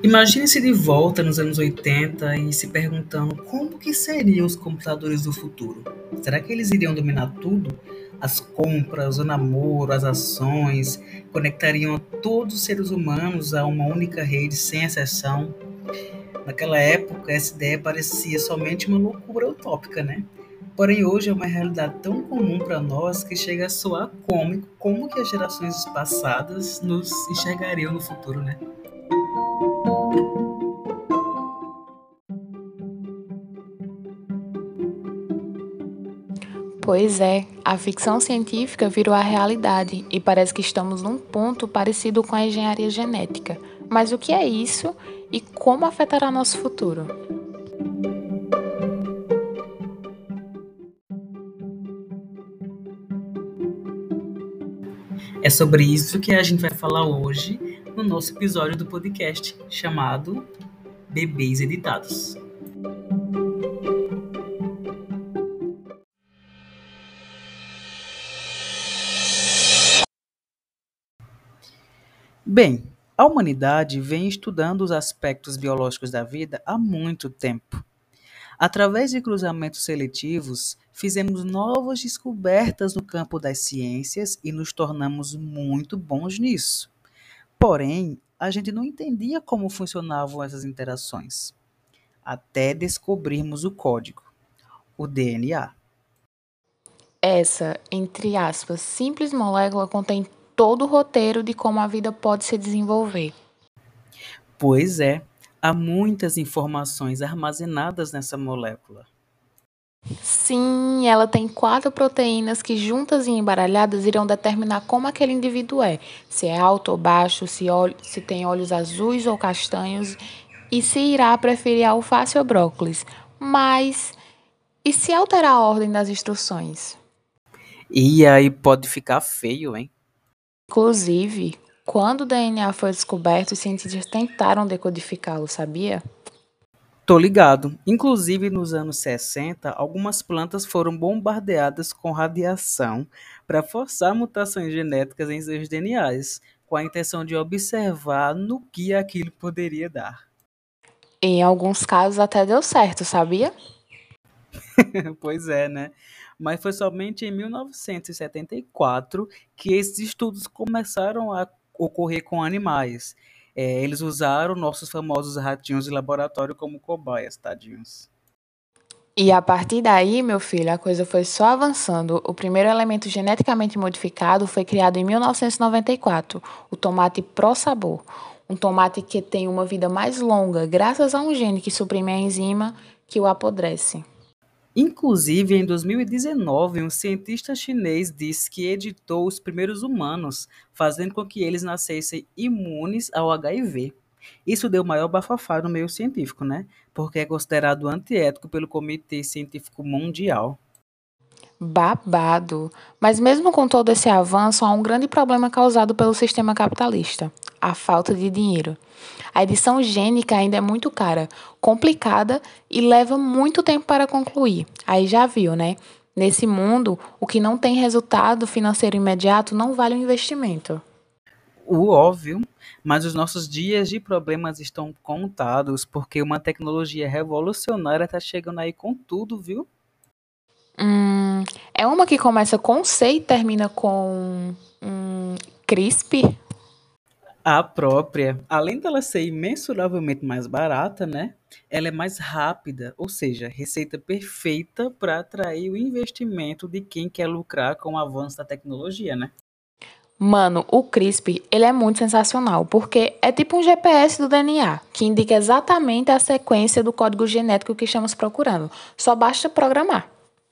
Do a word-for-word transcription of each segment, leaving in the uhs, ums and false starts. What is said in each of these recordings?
Imagine-se de volta nos anos oitenta e se perguntando como que seriam os computadores do futuro. Será que eles iriam dominar tudo? As compras, o namoro, as ações, conectariam todos os seres humanos a uma única rede sem exceção? Naquela época, essa ideia parecia somente uma loucura utópica, né? Porém, hoje é uma realidade tão comum para nós que chega a soar cômico como que as gerações passadas nos enxergariam no futuro, né? Pois é, a ficção científica virou a realidade e parece que estamos num ponto parecido com a engenharia genética. Mas o que é isso e como afetará nosso futuro? É sobre isso que a gente vai falar hoje no nosso episódio do podcast chamado Bebês Editados. Bem, a humanidade vem estudando os aspectos biológicos da vida há muito tempo. Através de cruzamentos seletivos, fizemos novas descobertas no campo das ciências e nos tornamos muito bons nisso. Porém, a gente não entendia como funcionavam essas interações, até descobrirmos o código, o D N A. Essa, entre aspas, simples molécula contém todo o roteiro de como a vida pode se desenvolver. Pois é, há muitas informações armazenadas nessa molécula. Sim, ela tem quatro proteínas que, juntas e embaralhadas, irão determinar como aquele indivíduo é, se é alto ou baixo, se, ol- se tem olhos azuis ou castanhos e se irá preferir alface ou brócolis. Mas e se alterar a ordem das instruções? E aí pode ficar feio, hein? Inclusive, quando o D N A foi descoberto, os cientistas tentaram decodificá-lo, sabia? Tô ligado. Inclusive, nos anos sessenta, algumas plantas foram bombardeadas com radiação para forçar mutações genéticas em seus D N As, com a intenção de observar no que aquilo poderia dar. Em alguns casos até deu certo, sabia? Pois é, né? Mas foi somente em mil novecentos e setenta e quatro que esses estudos começaram a ocorrer com animais. É, eles usaram nossos famosos ratinhos de laboratório como cobaias, tadinhos. E a partir daí, meu filho, a coisa foi só avançando. O primeiro elemento geneticamente modificado foi criado em mil novecentos e noventa e quatro, o tomate Pro Sabor. Um tomate que tem uma vida mais longa, graças a um gene que suprime a enzima que o apodrece. Inclusive, em dois mil e dezenove, um cientista chinês disse que editou os primeiros humanos, fazendo com que eles nascessem imunes ao H I V. Isso deu maior bafafá no meio científico, né? Porque é considerado antiético pelo Comitê Científico Mundial. Babado. Mas mesmo com todo esse avanço, há um grande problema causado pelo sistema capitalista: a falta de dinheiro. A edição gênica ainda é muito cara, complicada e leva muito tempo para concluir. Aí já viu, né? Nesse mundo, o que não tem resultado financeiro imediato não vale o investimento. O óbvio, mas os nossos dias de problemas estão contados, porque uma tecnologia revolucionária está chegando aí com tudo, viu? Hum, é uma que começa com C e termina com hum, CRISP? A própria, além dela ser imensuravelmente mais barata, né? Ela é mais rápida, ou seja, receita perfeita para atrair o investimento de quem quer lucrar com o avanço da tecnologia, né? Mano, o CRISP, ele é muito sensacional, porque é tipo um G P S do D N A, que indica exatamente a sequência do código genético que estamos procurando. Só basta programar.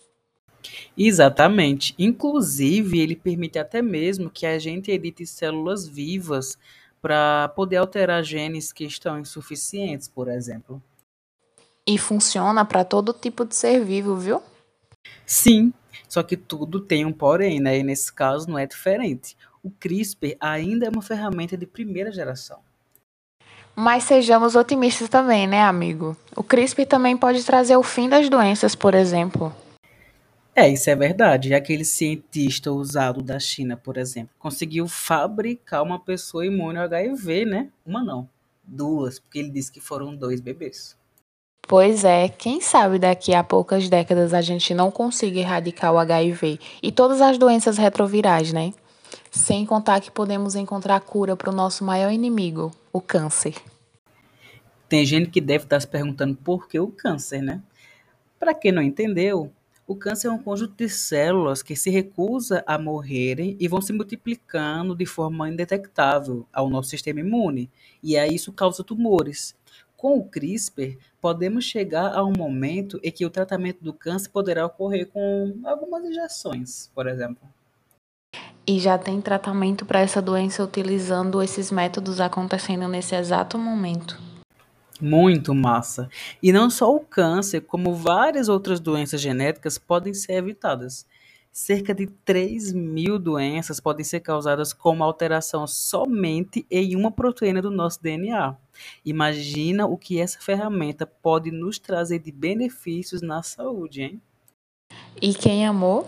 Exatamente. Inclusive, ele permite até mesmo que a gente edite células vivas para poder alterar genes que estão insuficientes, por exemplo. E funciona para todo tipo de ser vivo, viu? Sim, só que tudo tem um porém, né? E nesse caso não é diferente. O CRISPR ainda é uma ferramenta de primeira geração. Mas sejamos otimistas também, né, amigo? O CRISP também pode trazer o fim das doenças, por exemplo. É, isso é verdade. Aquele cientista usado da China, por exemplo, conseguiu fabricar uma pessoa imune ao H I V, né? Uma não. Duas, porque ele disse que foram dois bebês. Pois é, quem sabe daqui a poucas décadas a gente não consiga erradicar o H I V e todas as doenças retrovirais, né? Sem contar que podemos encontrar cura para o nosso maior inimigo, o câncer. Tem gente que deve estar se perguntando por que o câncer, né? Para quem não entendeu, o câncer é um conjunto de células que se recusa a morrerem e vão se multiplicando de forma indetectável ao nosso sistema imune, e aí isso causa tumores. Com o CRISPR, podemos chegar a um momento em que o tratamento do câncer poderá ocorrer com algumas injeções, por exemplo. E já tem tratamento para essa doença utilizando esses métodos acontecendo nesse exato momento. Muito massa. E não só o câncer, como várias outras doenças genéticas podem ser evitadas. Cerca de três mil doenças podem ser causadas com uma alteração somente em uma proteína do nosso D N A. Imagina o que essa ferramenta pode nos trazer de benefícios na saúde, hein? E quem amou?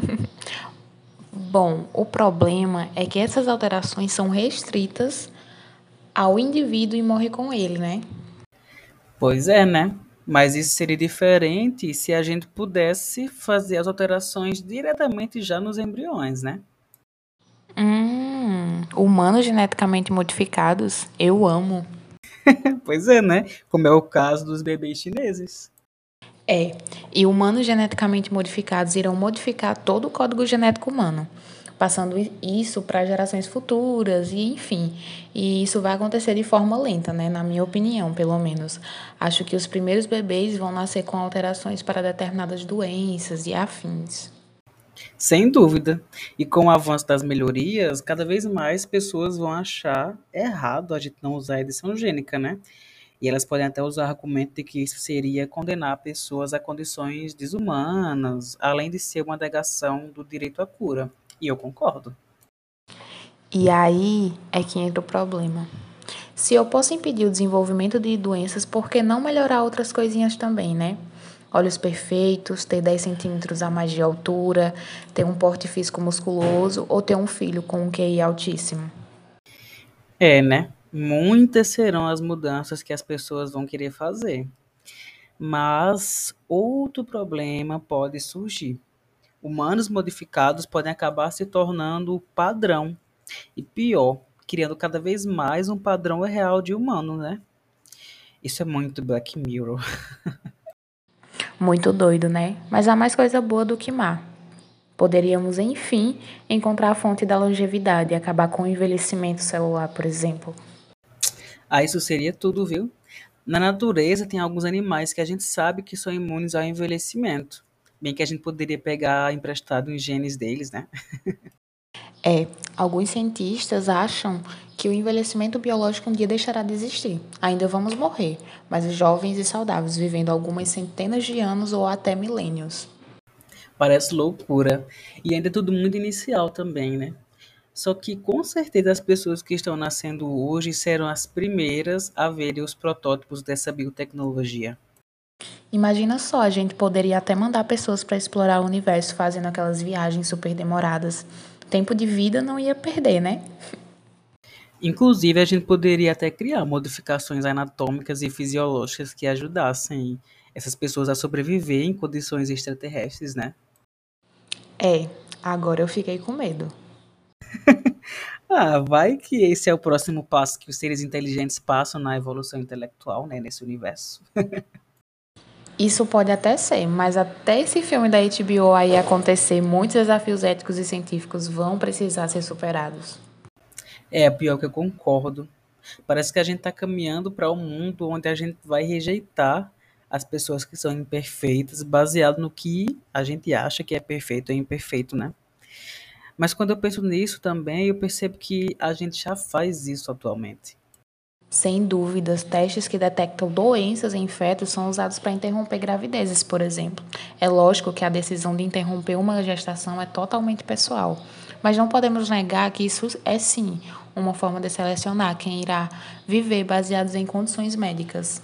Bom, o problema é que essas alterações são restritas ao indivíduo e morre com ele, né? Pois é, né? Mas isso seria diferente se a gente pudesse fazer as alterações diretamente já nos embriões, né? Hum, humanos geneticamente modificados, eu amo. Pois é, né? Como é o caso dos bebês chineses. É, e humanos geneticamente modificados irão modificar todo o código genético humano, passando isso para gerações futuras e enfim. E isso vai acontecer de forma lenta, né? Na minha opinião, pelo menos. Acho que os primeiros bebês vão nascer com alterações para determinadas doenças e afins. Sem dúvida. E com o avanço das melhorias, cada vez mais pessoas vão achar errado a gente não usar a edição gênica, né? E elas podem até usar o argumento de que isso seria condenar pessoas a condições desumanas, além de ser uma negação do direito à cura. E eu concordo. E aí é que entra o problema. Se eu posso impedir o desenvolvimento de doenças, por que não melhorar outras coisinhas também, né? Olhos perfeitos, ter dez centímetros a mais de altura, ter um porte físico musculoso ou ter um filho com um Q I altíssimo. É, né? Muitas serão as mudanças que as pessoas vão querer fazer. Mas outro problema pode surgir. Humanos modificados podem acabar se tornando o padrão. E pior, criando cada vez mais um padrão real de humano, né? Isso é muito Black Mirror. Muito doido, né? Mas há mais coisa boa do que má. Poderíamos, enfim, encontrar a fonte da longevidade e acabar com o envelhecimento celular, por exemplo. Ah, isso seria tudo, viu? Na natureza tem alguns animais que a gente sabe que são imunes ao envelhecimento. Bem que a gente poderia pegar emprestado os genes deles, né? É, alguns cientistas acham que o envelhecimento biológico um dia deixará de existir. Ainda vamos morrer, mas jovens e saudáveis, vivendo algumas centenas de anos ou até milênios. Parece loucura. E ainda é tudo muito inicial também, né? Só que com certeza as pessoas que estão nascendo hoje serão as primeiras a verem os protótipos dessa biotecnologia. Imagina só, a gente poderia até mandar pessoas para explorar o universo fazendo aquelas viagens super demoradas. Tempo de vida não ia perder, né? Inclusive, a gente poderia até criar modificações anatômicas e fisiológicas que ajudassem essas pessoas a sobreviver em condições extraterrestres, né? É, agora eu fiquei com medo. Ah, vai que esse é o próximo passo que os seres inteligentes passam na evolução intelectual, né, nesse universo. Isso pode até ser, mas até esse filme da H B O aí acontecer, muitos desafios éticos e científicos vão precisar ser superados. É, pior que eu concordo. Parece que a gente está caminhando para um mundo onde a gente vai rejeitar as pessoas que são imperfeitas, baseado no que a gente acha que é perfeito ou imperfeito, né? Mas quando eu penso nisso também, eu percebo que a gente já faz isso atualmente. Sem dúvidas, testes que detectam doenças em fetos são usados para interromper gravidezes, por exemplo. É lógico que a decisão de interromper uma gestação é totalmente pessoal, mas não podemos negar que isso é sim uma forma de selecionar quem irá viver baseados em condições médicas.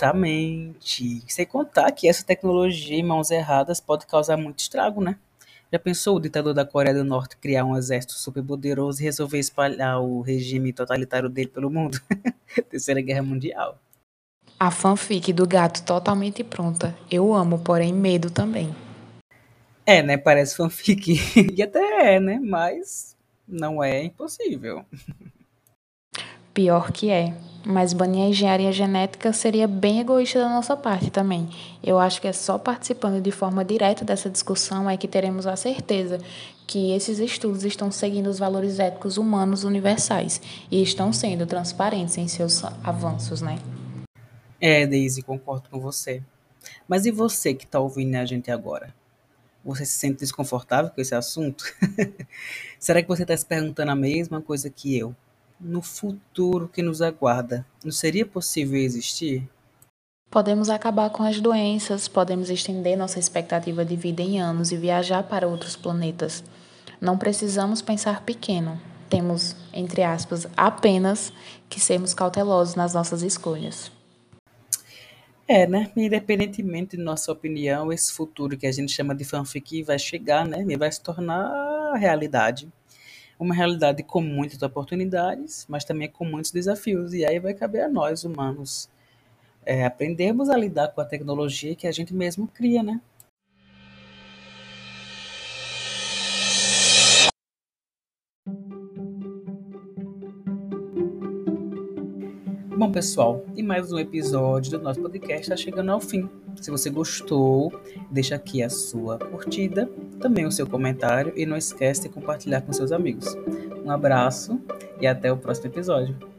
Justamente. Sem contar que essa tecnologia em mãos erradas pode causar muito estrago, né? Já pensou o ditador da Coreia do Norte criar um exército superpoderoso e resolver espalhar o regime totalitário dele pelo mundo? Terceira Guerra Mundial. A fanfic do gato totalmente pronta. Eu amo, porém medo também. É, né? Parece fanfic. E até é, né? Mas não é impossível. Pior que é. Mas banir a engenharia genética seria bem egoísta da nossa parte também. Eu acho que é só participando de forma direta dessa discussão é que teremos a certeza que esses estudos estão seguindo os valores éticos humanos universais e estão sendo transparentes em seus avanços, né? É, Daisy, concordo com você. Mas e você que está ouvindo a gente agora? Você se sente desconfortável com esse assunto? Será que você está se perguntando a mesma coisa que eu? No futuro que nos aguarda, não seria possível existir? Podemos acabar com as doenças, podemos estender nossa expectativa de vida em anos e viajar para outros planetas. Não precisamos pensar pequeno. Temos, entre aspas, apenas que sermos cautelosos nas nossas escolhas. É, né? Independentemente de nossa opinião, esse futuro que a gente chama de fanfic vai chegar, né? E vai se tornar realidade. Uma realidade com muitas oportunidades, mas também com muitos desafios. E aí vai caber a nós, humanos, é, aprendermos a lidar com a tecnologia que a gente mesmo cria, né? Bom, pessoal, e mais um episódio do nosso podcast está chegando ao fim. Se você gostou, deixa aqui a sua curtida, também o seu comentário e não esquece de compartilhar com seus amigos. Um abraço e até o próximo episódio.